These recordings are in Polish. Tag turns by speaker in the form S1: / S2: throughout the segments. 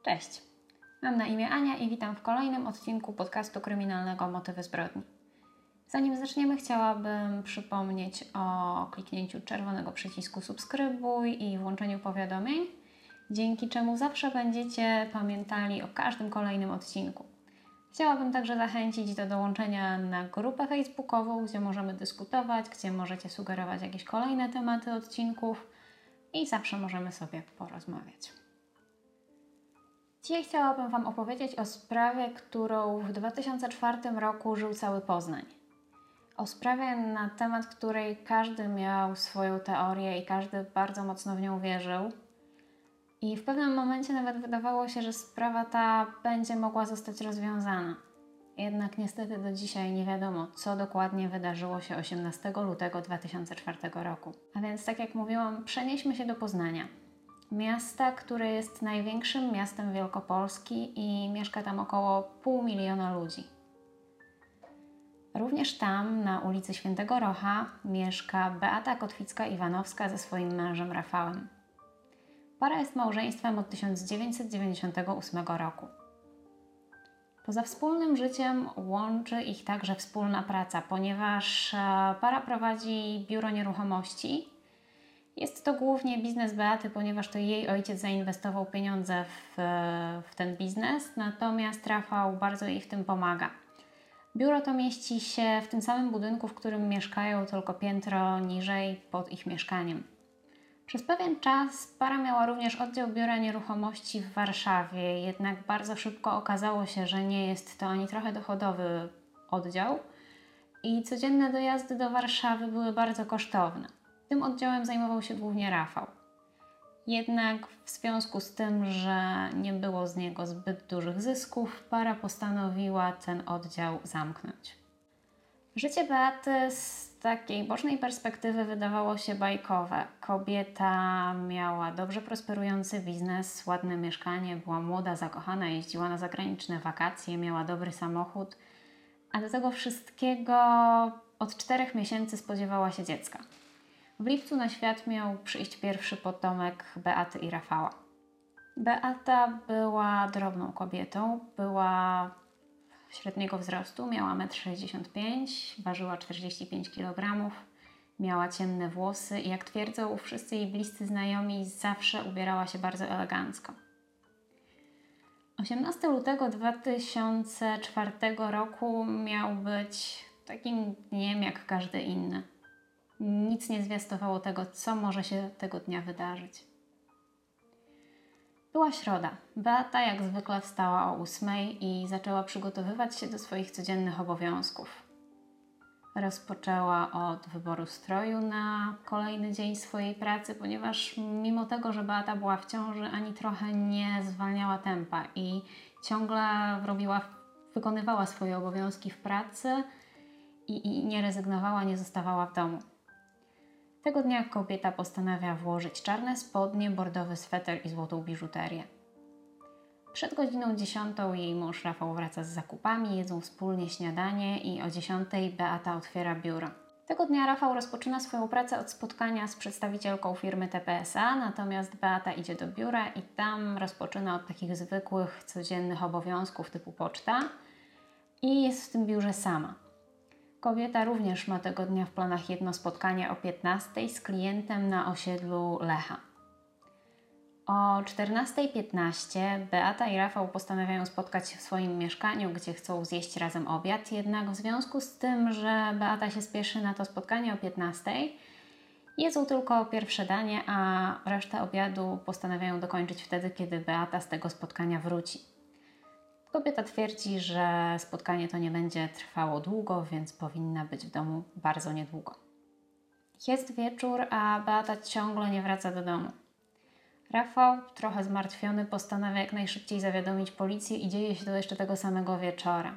S1: Cześć, mam na imię Ania i witam w kolejnym odcinku podcastu kryminalnego Motywy zbrodni. Zanim zaczniemy, chciałabym przypomnieć o kliknięciu czerwonego przycisku subskrybuj i włączeniu powiadomień, dzięki czemu zawsze będziecie pamiętali o każdym kolejnym odcinku. Chciałabym także zachęcić do dołączenia na grupę facebookową, gdzie możemy dyskutować, gdzie możecie sugerować jakieś kolejne tematy odcinków i zawsze możemy sobie porozmawiać. Dzisiaj chciałabym Wam opowiedzieć o sprawie, którą w 2004 roku żył cały Poznań. O sprawie, na temat której każdy miał swoją teorię i każdy bardzo mocno w nią wierzył. I w pewnym momencie nawet wydawało się, że sprawa ta będzie mogła zostać rozwiązana. Jednak niestety do dzisiaj nie wiadomo, co dokładnie wydarzyło się 18 lutego 2004 roku. A więc, tak jak mówiłam, przenieśmy się do Poznania. Miasta, które jest największym miastem Wielkopolski i mieszka tam około 500 000 ludzi. Również tam, na ulicy Świętego Rocha, mieszka Beata Kotwicka-Iwanowska ze swoim mężem Rafałem. Para jest małżeństwem od 1998 roku. Poza wspólnym życiem łączy ich także wspólna praca, ponieważ para prowadzi biuro nieruchomości. Jest to głównie biznes Beaty, ponieważ to jej ojciec zainwestował pieniądze w ten biznes, natomiast Rafał bardzo jej w tym pomaga. Biuro to mieści się w tym samym budynku, w którym mieszkają, tylko piętro niżej pod ich mieszkaniem. Przez pewien czas para miała również oddział biura nieruchomości w Warszawie, jednak bardzo szybko okazało się, że nie jest to ani trochę dochodowy oddział i codzienne dojazdy do Warszawy były bardzo kosztowne. Tym oddziałem zajmował się głównie Rafał. Jednak w związku z tym, że nie było z niego zbyt dużych zysków, para postanowiła ten oddział zamknąć. Życie Beaty z takiej bocznej perspektywy wydawało się bajkowe. Kobieta miała dobrze prosperujący biznes, ładne mieszkanie, była młoda, zakochana, jeździła na zagraniczne wakacje, miała dobry samochód, a do tego wszystkiego od 4 miesięcy spodziewała się dziecka. W lipcu na świat miał przyjść pierwszy potomek Beaty i Rafała. Beata była drobną kobietą, była średniego wzrostu, miała 1,65 m, ważyła 45 kg, miała ciemne włosy i jak twierdzą wszyscy jej bliscy znajomi, zawsze ubierała się bardzo elegancko. 18 lutego 2004 roku miał być takim dniem jak każdy inny. Nic nie zwiastowało tego, co może się tego dnia wydarzyć. Była środa. Beata jak zwykle wstała o 8 i zaczęła przygotowywać się do swoich codziennych obowiązków. Rozpoczęła od wyboru stroju na kolejny dzień swojej pracy, ponieważ mimo tego, że Beata była w ciąży, ani trochę nie zwalniała tempa i ciągle wykonywała swoje obowiązki w pracy i nie rezygnowała, nie zostawała w domu. Tego dnia kobieta postanawia włożyć czarne spodnie, bordowy sweter i złotą biżuterię. Przed godziną 10 jej mąż Rafał wraca z zakupami, jedzą wspólnie śniadanie i o 10 Beata otwiera biuro. Tego dnia Rafał rozpoczyna swoją pracę od spotkania z przedstawicielką firmy TPSA, natomiast Beata idzie do biura i tam rozpoczyna od takich zwykłych, codziennych obowiązków typu poczta i jest w tym biurze sama. Kobieta również ma tego dnia w planach jedno spotkanie o 15 z klientem na osiedlu Lecha. O 14:15 Beata i Rafał postanawiają spotkać się w swoim mieszkaniu, gdzie chcą zjeść razem obiad, jednak w związku z tym, że Beata się spieszy na to spotkanie o 15, jedzą tylko pierwsze danie, a resztę obiadu postanawiają dokończyć wtedy, kiedy Beata z tego spotkania wróci. Kobieta twierdzi, że spotkanie to nie będzie trwało długo, więc powinna być w domu bardzo niedługo. Jest wieczór, a Beata ciągle nie wraca do domu. Rafał, trochę zmartwiony, postanawia jak najszybciej zawiadomić policję i dzieje się to jeszcze tego samego wieczora.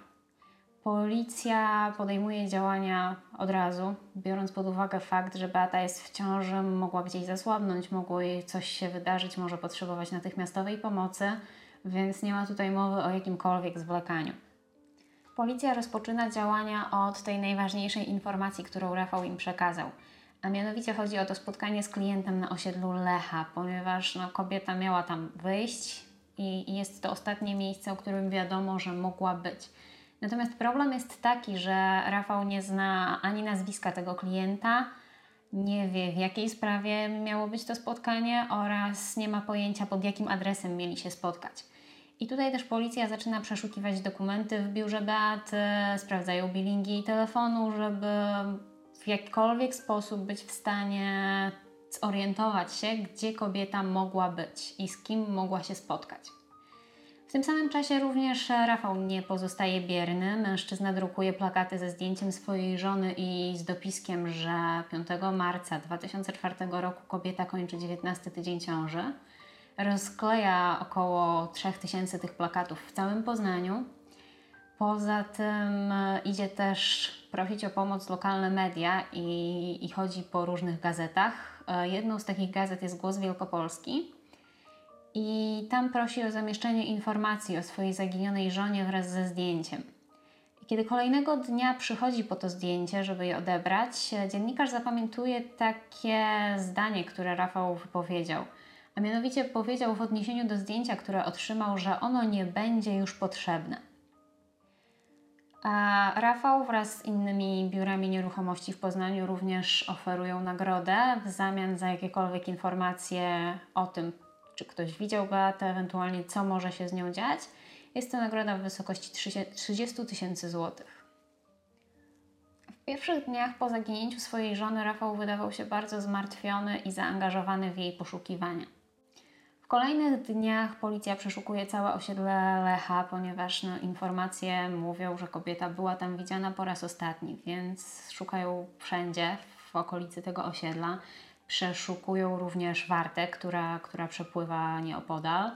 S1: Policja podejmuje działania od razu, biorąc pod uwagę fakt, że Beata jest w ciąży, mogła gdzieś zasłabnąć, mogło jej coś się wydarzyć, może potrzebować natychmiastowej pomocy, więc nie ma tutaj mowy o jakimkolwiek zwlekaniu. Policja rozpoczyna działania od tej najważniejszej informacji, którą Rafał im przekazał. A mianowicie chodzi o to spotkanie z klientem na osiedlu Lecha, ponieważ kobieta miała tam wyjść i jest to ostatnie miejsce, o którym wiadomo, że mogła być. Natomiast problem jest taki, że Rafał nie zna ani nazwiska tego klienta, nie wie, w jakiej sprawie miało być to spotkanie oraz nie ma pojęcia, pod jakim adresem mieli się spotkać. I tutaj też policja zaczyna przeszukiwać dokumenty w biurze Beaty, sprawdzają bilingi telefonu, żeby w jakikolwiek sposób być w stanie zorientować się, gdzie kobieta mogła być i z kim mogła się spotkać. W tym samym czasie również Rafał nie pozostaje bierny. Mężczyzna drukuje plakaty ze zdjęciem swojej żony i z dopiskiem, że 5 marca 2004 roku kobieta kończy 19 tydzień ciąży. Rozkleja około 3000 tych plakatów w całym Poznaniu. Poza tym idzie też prosić o pomoc lokalne media i chodzi po różnych gazetach. Jedną z takich gazet jest Głos Wielkopolski. I tam prosi o zamieszczenie informacji o swojej zaginionej żonie wraz ze zdjęciem. I kiedy kolejnego dnia przychodzi po to zdjęcie, żeby je odebrać, dziennikarz zapamiętuje takie zdanie, które Rafał wypowiedział. A mianowicie powiedział w odniesieniu do zdjęcia, które otrzymał, że ono nie będzie już potrzebne. A Rafał wraz z innymi biurami nieruchomości w Poznaniu również oferują nagrodę w zamian za jakiekolwiek informacje o tym, czy ktoś widział Beatę, ewentualnie co może się z nią dziać. Jest to nagroda w wysokości 30 000 złotych. W pierwszych dniach po zaginięciu swojej żony Rafał wydawał się bardzo zmartwiony i zaangażowany w jej poszukiwania. W kolejnych dniach policja przeszukuje całe osiedle Lecha, ponieważ informacje mówią, że kobieta była tam widziana po raz ostatni, więc szukają wszędzie w okolicy tego osiedla. Przeszukują również Wartę, która przepływa nieopodal.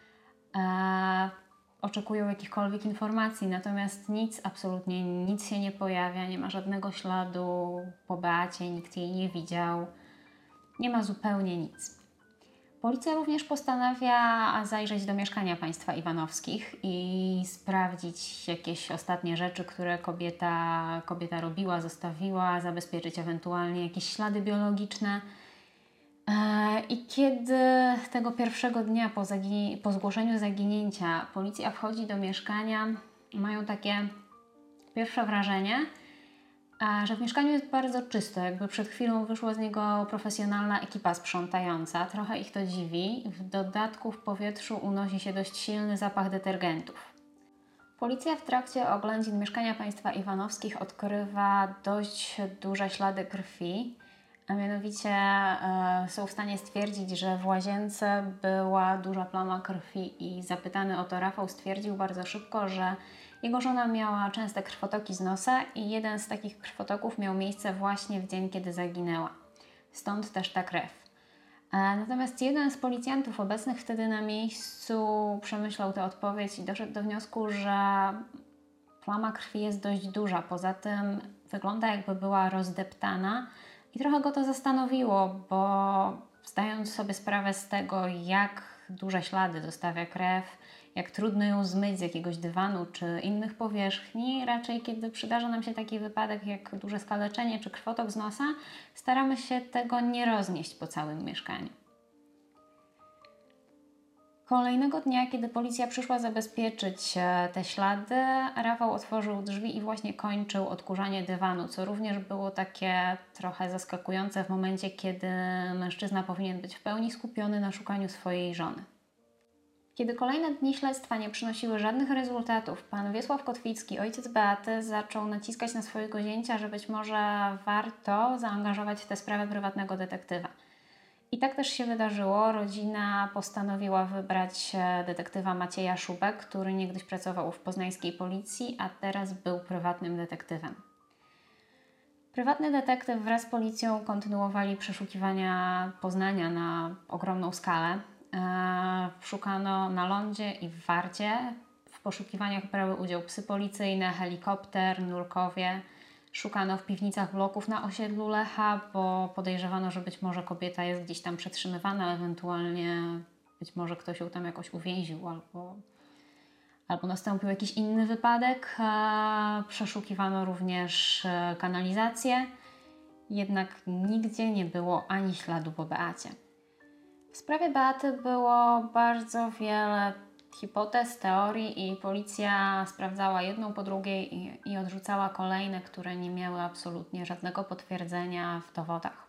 S1: Oczekują jakichkolwiek informacji, natomiast absolutnie nic się nie pojawia, nie ma żadnego śladu po Beacie, nikt jej nie widział, nie ma zupełnie nic. Policja również postanawia zajrzeć do mieszkania państwa Iwanowskich i sprawdzić jakieś ostatnie rzeczy, które kobieta robiła, zostawiła, zabezpieczyć ewentualnie jakieś ślady biologiczne. I kiedy tego pierwszego dnia po zgłoszeniu zaginięcia policja wchodzi do mieszkania, mają takie pierwsze wrażenie, że w mieszkaniu jest bardzo czysto, jakby przed chwilą wyszła z niego profesjonalna ekipa sprzątająca. Trochę ich to dziwi. W dodatku w powietrzu unosi się dość silny zapach detergentów. Policja w trakcie oględzin mieszkania państwa Iwanowskich odkrywa dość duże ślady krwi, a mianowicie są w stanie stwierdzić, że w łazience była duża plama krwi i zapytany o to Rafał stwierdził bardzo szybko, że jego żona miała częste krwotoki z nosa i jeden z takich krwotoków miał miejsce właśnie w dzień, kiedy zaginęła. Stąd też ta krew. Natomiast jeden z policjantów obecnych wtedy na miejscu przemyślał tę odpowiedź i doszedł do wniosku, że plama krwi jest dość duża. Poza tym wygląda, jakby była rozdeptana i trochę go to zastanowiło, bo zdając sobie sprawę z tego, jak duże ślady zostawia krew, jak trudno ją zmyć z jakiegoś dywanu czy innych powierzchni, raczej kiedy przydarza nam się taki wypadek jak duże skaleczenie czy krwotok z nosa, staramy się tego nie roznieść po całym mieszkaniu. Kolejnego dnia, kiedy policja przyszła zabezpieczyć te ślady, Rafał otworzył drzwi i właśnie kończył odkurzanie dywanu, co również było takie trochę zaskakujące w momencie, kiedy mężczyzna powinien być w pełni skupiony na szukaniu swojej żony. Kiedy kolejne dni śledztwa nie przynosiły żadnych rezultatów, pan Wiesław Kotwicki, ojciec Beaty, zaczął naciskać na swojego zięcia, że być może warto zaangażować w tę sprawę prywatnego detektywa. I tak też się wydarzyło. Rodzina postanowiła wybrać detektywa Macieja Szubę, który niegdyś pracował w poznańskiej policji, a teraz był prywatnym detektywem. Prywatny detektyw wraz z policją kontynuowali przeszukiwania Poznania na ogromną skalę. Szukano na lądzie i w Warcie. W poszukiwaniach brały udział psy policyjne, helikopter, nurkowie. Szukano w piwnicach bloków na osiedlu Lecha, bo podejrzewano, że być może kobieta jest gdzieś tam przetrzymywana, ewentualnie być może ktoś ją tam jakoś uwięził albo nastąpił jakiś inny wypadek. Przeszukiwano również kanalizację, jednak nigdzie nie było ani śladu po Beacie. W sprawie Beaty było bardzo wiele hipotez, teorii i policja sprawdzała jedną po drugiej i odrzucała kolejne, które nie miały absolutnie żadnego potwierdzenia w dowodach.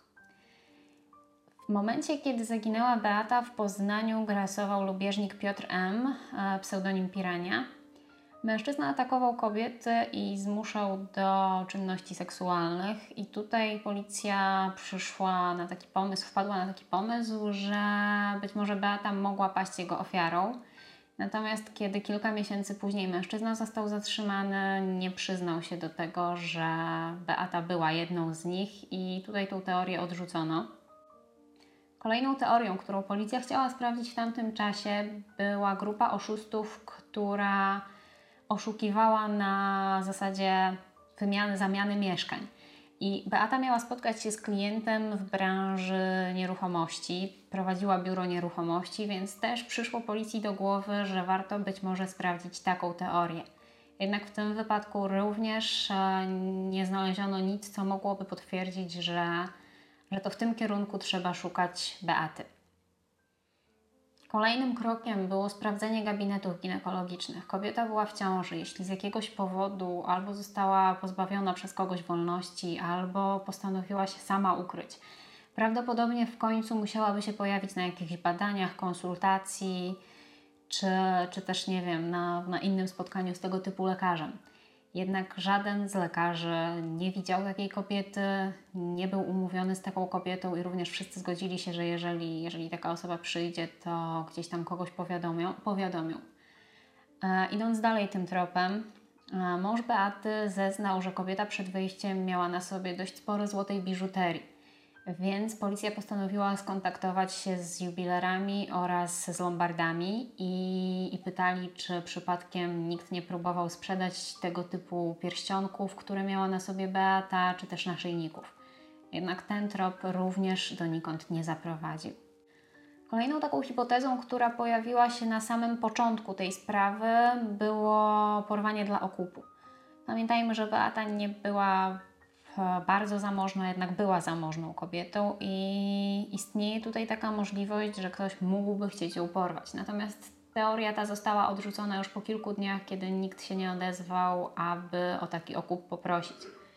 S1: W momencie, kiedy zaginęła Beata, w Poznaniu grasował lubieżnik Piotr M., pseudonim Pirania. Mężczyzna atakował kobiety i zmuszał do czynności seksualnych i tutaj policja wpadła na taki pomysł, że być może Beata mogła paść jego ofiarą. Natomiast kiedy kilka miesięcy później mężczyzna został zatrzymany, nie przyznał się do tego, że Beata była jedną z nich i tutaj tą teorię odrzucono. Kolejną teorią, którą policja chciała sprawdzić w tamtym czasie, była grupa oszustów, która oszukiwała na zasadzie zamiany mieszkań. I Beata miała spotkać się z klientem w branży nieruchomości, prowadziła biuro nieruchomości, więc też przyszło policji do głowy, że warto być może sprawdzić taką teorię. Jednak w tym wypadku również nie znaleziono nic, co mogłoby potwierdzić, że to w tym kierunku trzeba szukać Beaty. Kolejnym krokiem było sprawdzenie gabinetów ginekologicznych. Kobieta była w ciąży. Jeśli z jakiegoś powodu albo została pozbawiona przez kogoś wolności, albo postanowiła się sama ukryć, prawdopodobnie w końcu musiałaby się pojawić na jakichś badaniach, konsultacji, czy też, nie wiem, na innym spotkaniu z tego typu lekarzem. Jednak żaden z lekarzy nie widział takiej kobiety, nie był umówiony z taką kobietą i również wszyscy zgodzili się, że jeżeli taka osoba przyjdzie, to gdzieś tam kogoś powiadomią. Idąc dalej tym tropem, mąż Beaty zeznał, że kobieta przed wyjściem miała na sobie dość sporo złotej biżuterii. Więc policja postanowiła skontaktować się z jubilerami oraz z lombardami i pytali, czy przypadkiem nikt nie próbował sprzedać tego typu pierścionków, które miała na sobie Beata, czy też naszyjników. Jednak ten trop również donikąd nie zaprowadził. Kolejną taką hipotezą, która pojawiła się na samym początku tej sprawy, było porwanie dla okupu. Pamiętajmy, że Beata nie była bardzo zamożna, jednak była zamożną kobietą i istnieje tutaj taka możliwość, że ktoś mógłby chcieć ją porwać. Natomiast teoria ta została odrzucona już po kilku dniach, kiedy nikt się nie odezwał, aby o taki okup poprosić.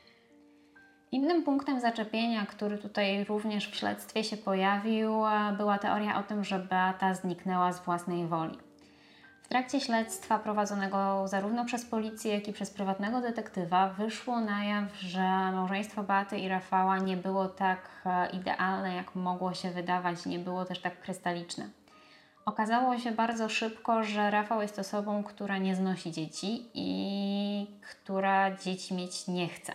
S1: Innym punktem zaczepienia, który tutaj również w śledztwie się pojawił, była teoria o tym, że Beata zniknęła z własnej woli. W trakcie śledztwa prowadzonego zarówno przez policję, jak i przez prywatnego detektywa wyszło na jaw, że małżeństwo Beaty i Rafała nie było tak idealne, jak mogło się wydawać, nie było też tak krystaliczne. Okazało się bardzo szybko, że Rafał jest osobą, która nie znosi dzieci i która dzieci mieć nie chce.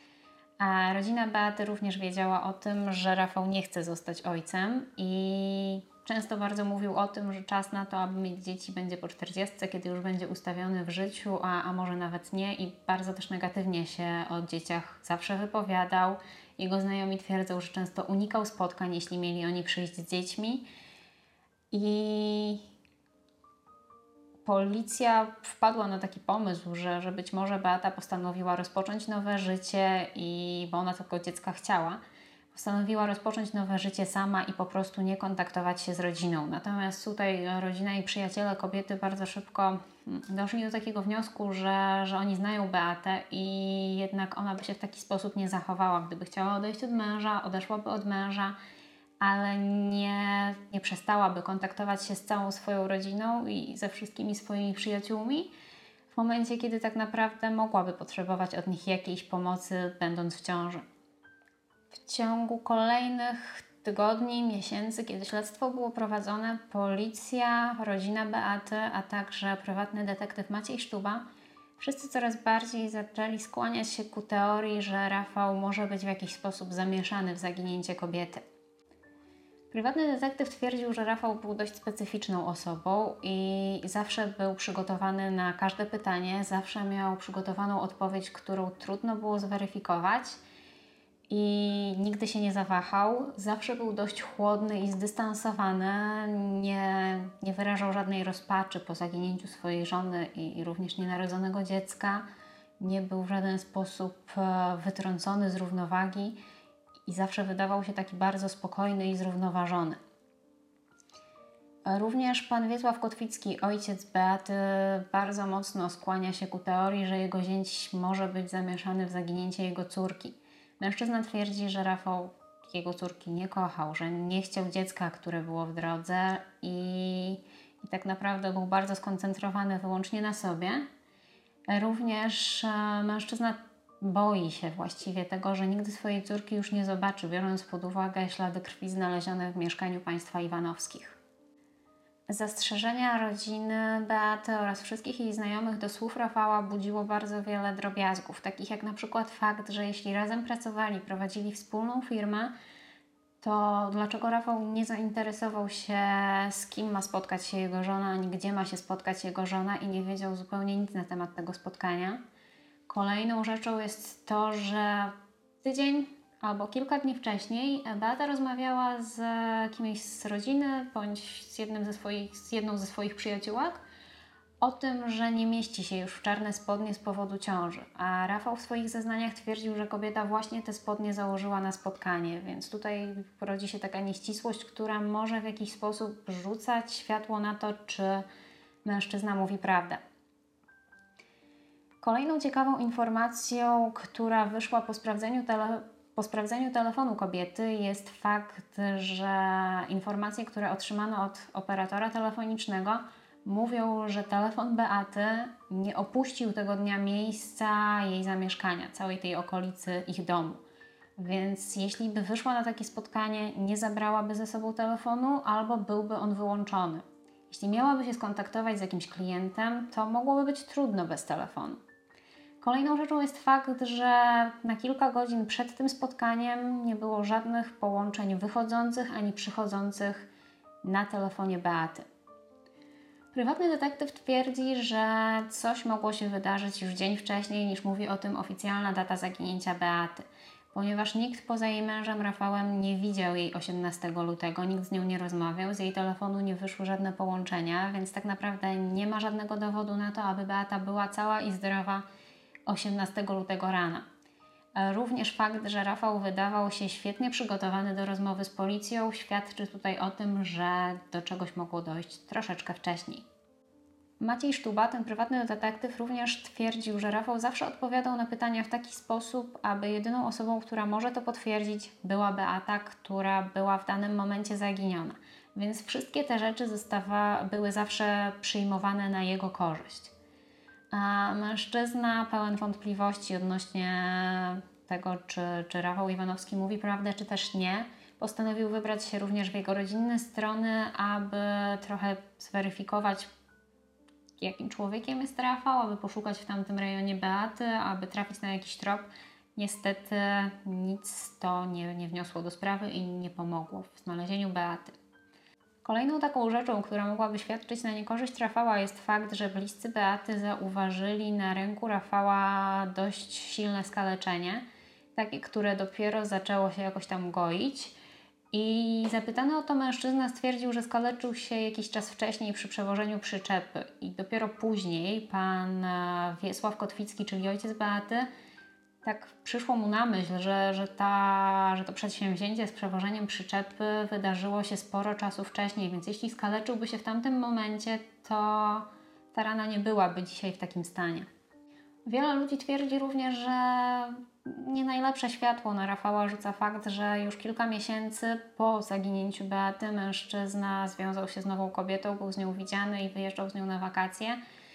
S1: A rodzina Beaty również wiedziała o tym, że Rafał nie chce zostać ojcem i często bardzo mówił o tym, że czas na to, aby mieć dzieci, będzie po 40, kiedy już będzie ustawiony w życiu, a może nawet nie. I bardzo też negatywnie się o dzieciach zawsze wypowiadał. Jego znajomi twierdzą, że często unikał spotkań, jeśli mieli oni przyjść z dziećmi. I policja wpadła na taki pomysł, że być może Beata postanowiła rozpocząć nowe życie, bo ona tylko dziecka chciała. Postanowiła rozpocząć nowe życie sama i po prostu nie kontaktować się z rodziną. Natomiast tutaj rodzina i przyjaciele kobiety bardzo szybko doszli do takiego wniosku, że oni znają Beatę i jednak ona by się w taki sposób nie zachowała. Gdyby chciała odejść od męża, odeszłaby od męża, ale nie przestałaby kontaktować się z całą swoją rodziną i ze wszystkimi swoimi przyjaciółmi w momencie, kiedy tak naprawdę mogłaby potrzebować od nich jakiejś pomocy, będąc w ciąży. W ciągu kolejnych tygodni, miesięcy, kiedy śledztwo było prowadzone, policja, rodzina Beaty, a także prywatny detektyw Maciej Sztuba, wszyscy coraz bardziej zaczęli skłaniać się ku teorii, że Rafał może być w jakiś sposób zamieszany w zaginięcie kobiety. Prywatny detektyw twierdził, że Rafał był dość specyficzną osobą i zawsze był przygotowany na każde pytanie, zawsze miał przygotowaną odpowiedź, którą trudno było zweryfikować i nigdy się nie zawahał. Zawsze był dość chłodny i zdystansowany, nie wyrażał żadnej rozpaczy po zaginięciu swojej żony i również nienarodzonego dziecka. Nie był w żaden sposób wytrącony z równowagi i zawsze wydawał się taki bardzo spokojny i zrównoważony. Również pan Wiesław Kotwicki, ojciec Beaty, bardzo mocno skłania się ku teorii, że jego zięć może być zamieszany w zaginięcie jego córki. Mężczyzna twierdzi, że Rafał jego córki nie kochał, że nie chciał dziecka, które było w drodze i tak naprawdę był bardzo skoncentrowany wyłącznie na sobie. Również mężczyzna boi się właściwie tego, że nigdy swojej córki już nie zobaczy, biorąc pod uwagę ślady krwi znalezione w mieszkaniu państwa Iwanowskich. Zastrzeżenia rodziny Beaty oraz wszystkich jej znajomych do słów Rafała budziło bardzo wiele drobiazgów, takich jak na przykład fakt, że jeśli razem pracowali, prowadzili wspólną firmę, to dlaczego Rafał nie zainteresował się, z kim ma spotkać się jego żona, ani gdzie ma się spotkać jego żona i nie wiedział zupełnie nic na temat tego spotkania. Kolejną rzeczą jest to, że tydzień albo kilka dni wcześniej Beata rozmawiała z kimś z rodziny bądź z jedną ze swoich przyjaciółek o tym, że nie mieści się już w czarne spodnie z powodu ciąży. A Rafał w swoich zeznaniach twierdził, że kobieta właśnie te spodnie założyła na spotkanie, więc tutaj rodzi się taka nieścisłość, która może w jakiś sposób rzucać światło na to, czy mężczyzna mówi prawdę. Kolejną ciekawą informacją, która wyszła po sprawdzeniu telefonu kobiety, jest fakt, że informacje, które otrzymano od operatora telefonicznego, mówią, że telefon Beaty nie opuścił tego dnia miejsca jej zamieszkania, całej tej okolicy ich domu. Więc jeśli by wyszła na takie spotkanie, nie zabrałaby ze sobą telefonu albo byłby on wyłączony. Jeśli miałaby się skontaktować z jakimś klientem, to mogłoby być trudno bez telefonu. Kolejną rzeczą jest fakt, że na kilka godzin przed tym spotkaniem nie było żadnych połączeń wychodzących ani przychodzących na telefonie Beaty. Prywatny detektyw twierdzi, że coś mogło się wydarzyć już dzień wcześniej niż mówi o tym oficjalna data zaginięcia Beaty, ponieważ nikt poza jej mężem Rafałem nie widział jej 18 lutego, nikt z nią nie rozmawiał, z jej telefonu nie wyszły żadne połączenia, więc tak naprawdę nie ma żadnego dowodu na to, aby Beata była cała i zdrowa 18 lutego rana. Również fakt, że Rafał wydawał się świetnie przygotowany do rozmowy z policją, świadczy tutaj o tym, że do czegoś mogło dojść troszeczkę wcześniej. Maciej Sztuba, ten prywatny detektyw, również twierdził, że Rafał zawsze odpowiadał na pytania w taki sposób, aby jedyną osobą, która może to potwierdzić, była Beata, która była w danym momencie zaginiona. Więc wszystkie te rzeczy były zawsze przyjmowane na jego korzyść. A mężczyzna pełen wątpliwości odnośnie tego, czy Rafał Iwanowski mówi prawdę, czy też nie, postanowił wybrać się również w jego rodzinne strony, aby trochę zweryfikować, jakim człowiekiem jest Rafał, aby poszukać w tamtym rejonie Beaty, aby trafić na jakiś trop. Niestety nic to nie wniosło do sprawy i nie pomogło w znalezieniu Beaty. Kolejną taką rzeczą, która mogłaby świadczyć na niekorzyść Rafała, jest fakt, że bliscy Beaty zauważyli na ręku Rafała dość silne skaleczenie, takie, które dopiero zaczęło się jakoś tam goić. I zapytany o to mężczyzna stwierdził, że skaleczył się jakiś czas wcześniej przy przewożeniu przyczepy i dopiero później pan Wiesław Kotwicki, czyli ojciec Beaty, tak przyszło mu na myśl, że to przedsięwzięcie z przewożeniem przyczepy wydarzyło się sporo czasu wcześniej, więc jeśli skaleczyłby się w tamtym momencie, to ta rana nie byłaby dzisiaj w takim stanie. Wiele ludzi twierdzi również, że nie najlepsze światło na Rafała rzuca fakt, że już kilka miesięcy po zaginięciu Beaty mężczyzna związał się z nową kobietą, był z nią widziany i wyjeżdżał z nią na wakacje.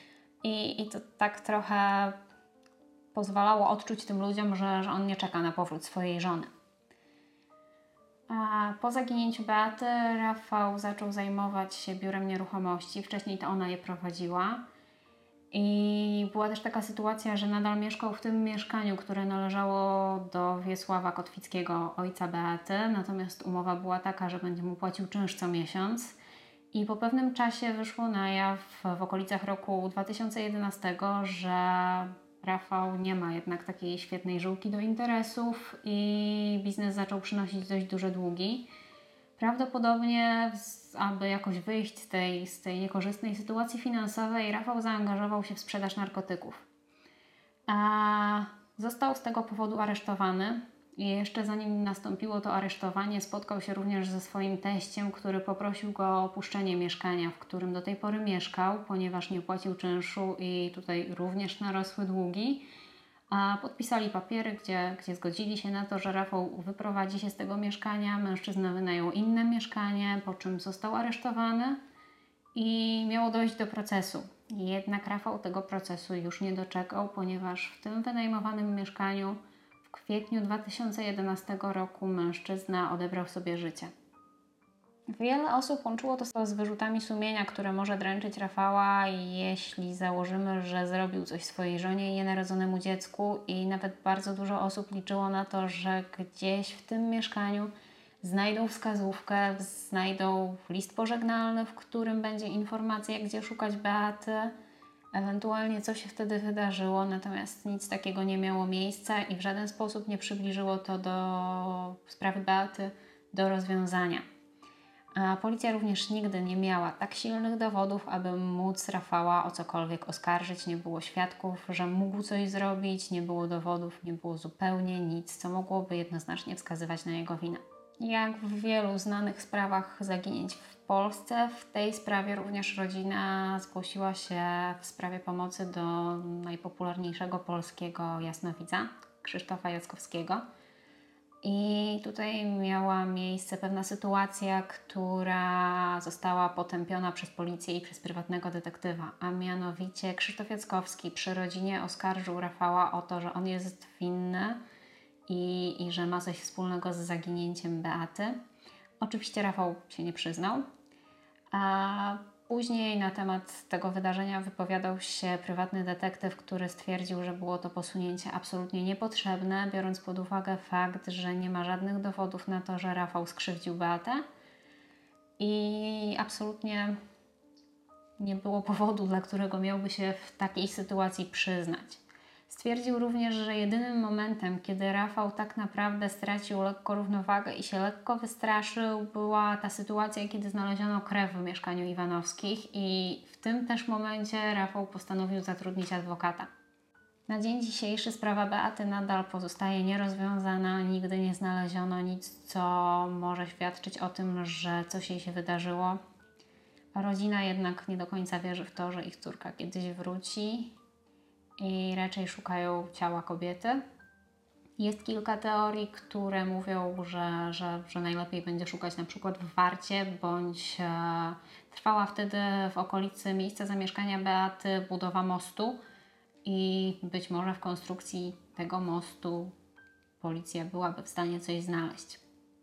S1: I to tak trochę pozwalało odczuć tym ludziom, że on nie czeka na powrót swojej żony. A po zaginięciu Beaty Rafał zaczął zajmować się biurem nieruchomości. Wcześniej to ona je prowadziła. I była też taka sytuacja, że nadal mieszkał w tym mieszkaniu, które należało do Wiesława Kotwickiego, ojca Beaty. Natomiast umowa była taka, że będzie mu płacił czynsz co miesiąc. I po pewnym czasie wyszło na jaw w okolicach roku 2011, że Rafał nie ma jednak takiej świetnej żyłki do interesów i biznes zaczął przynosić dość duże długi. Prawdopodobnie, aby jakoś wyjść z tej niekorzystnej sytuacji finansowej, Rafał zaangażował się w sprzedaż narkotyków. A został z tego powodu aresztowany. I jeszcze zanim nastąpiło to aresztowanie, spotkał się również ze swoim teściem, który poprosił go o opuszczenie mieszkania, w którym do tej pory mieszkał, ponieważ nie płacił czynszu i tutaj również narosły długi. A podpisali papiery, gdzie zgodzili się na to, że Rafał wyprowadzi się z tego mieszkania. Mężczyzna wynajął inne mieszkanie, po czym został aresztowany i miało dojść do procesu. Jednak Rafał tego procesu już nie doczekał, ponieważ w tym wynajmowanym mieszkaniu w kwietniu 2011 roku mężczyzna odebrał sobie życie. Wiele osób łączyło to z wyrzutami sumienia, które może dręczyć Rafała, jeśli założymy, że zrobił coś swojej żonie i nienarodzonemu dziecku, i nawet bardzo dużo osób liczyło na to, że gdzieś w tym mieszkaniu znajdą wskazówkę, znajdą list pożegnalny, w którym będzie informacja, gdzie szukać Beaty, ewentualnie co się wtedy wydarzyło, natomiast nic takiego nie miało miejsca i w żaden sposób nie przybliżyło to do sprawy Beaty do rozwiązania. A policja również nigdy nie miała tak silnych dowodów, aby móc Rafała o cokolwiek oskarżyć. Nie było świadków, że mógł coś zrobić, nie było dowodów, nie było zupełnie nic, co mogłoby jednoznacznie wskazywać na jego winę. Jak w wielu znanych sprawach zaginięć w Polsce, w tej sprawie również rodzina zgłosiła się w sprawie pomocy do najpopularniejszego polskiego jasnowidza, Krzysztofa Jackowskiego. I tutaj miała miejsce pewna sytuacja, która została potępiona przez policję i przez prywatnego detektywa, a mianowicie Krzysztof Jackowski przy rodzinie oskarżył Rafała o to, że on jest winny i że ma coś wspólnego z zaginięciem Beaty. Oczywiście Rafał się nie przyznał, a później na temat tego wydarzenia wypowiadał się prywatny detektyw, który stwierdził, że było to posunięcie absolutnie niepotrzebne, biorąc pod uwagę fakt, że nie ma żadnych dowodów na to, że Rafał skrzywdził Beatę i absolutnie nie było powodu, dla którego miałby się w takiej sytuacji przyznać. Stwierdził również, że jedynym momentem, kiedy Rafał tak naprawdę stracił lekko równowagę i się lekko wystraszył, była ta sytuacja, kiedy znaleziono krew w mieszkaniu Iwanowskich i w tym też momencie Rafał postanowił zatrudnić adwokata. Na dzień dzisiejszy sprawa Beaty nadal pozostaje nierozwiązana, nigdy nie znaleziono nic, co może świadczyć o tym, że coś jej się wydarzyło. Rodzina jednak nie do końca wierzy w to, że ich córka kiedyś wróci i raczej szukają ciała kobiety. Jest kilka teorii, które mówią, że najlepiej będzie szukać na przykład w Warcie, bądź trwała wtedy w okolicy miejsca zamieszkania Beaty budowa mostu i być może w konstrukcji tego mostu policja byłaby w stanie coś znaleźć.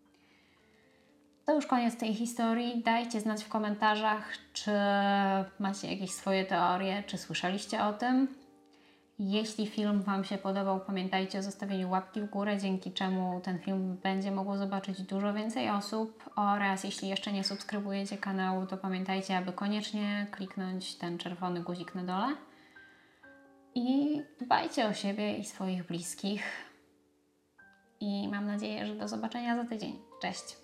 S1: To już koniec tej historii. Dajcie znać w komentarzach, czy macie jakieś swoje teorie, czy słyszeliście o tym. Jeśli film Wam się podobał, pamiętajcie o zostawieniu łapki w górę, dzięki czemu ten film będzie mogło zobaczyć dużo więcej osób, oraz jeśli jeszcze nie subskrybujecie kanału, to pamiętajcie, aby koniecznie kliknąć ten czerwony guzik na dole. I dbajcie o siebie i swoich bliskich. I mam nadzieję, że do zobaczenia za tydzień. Cześć!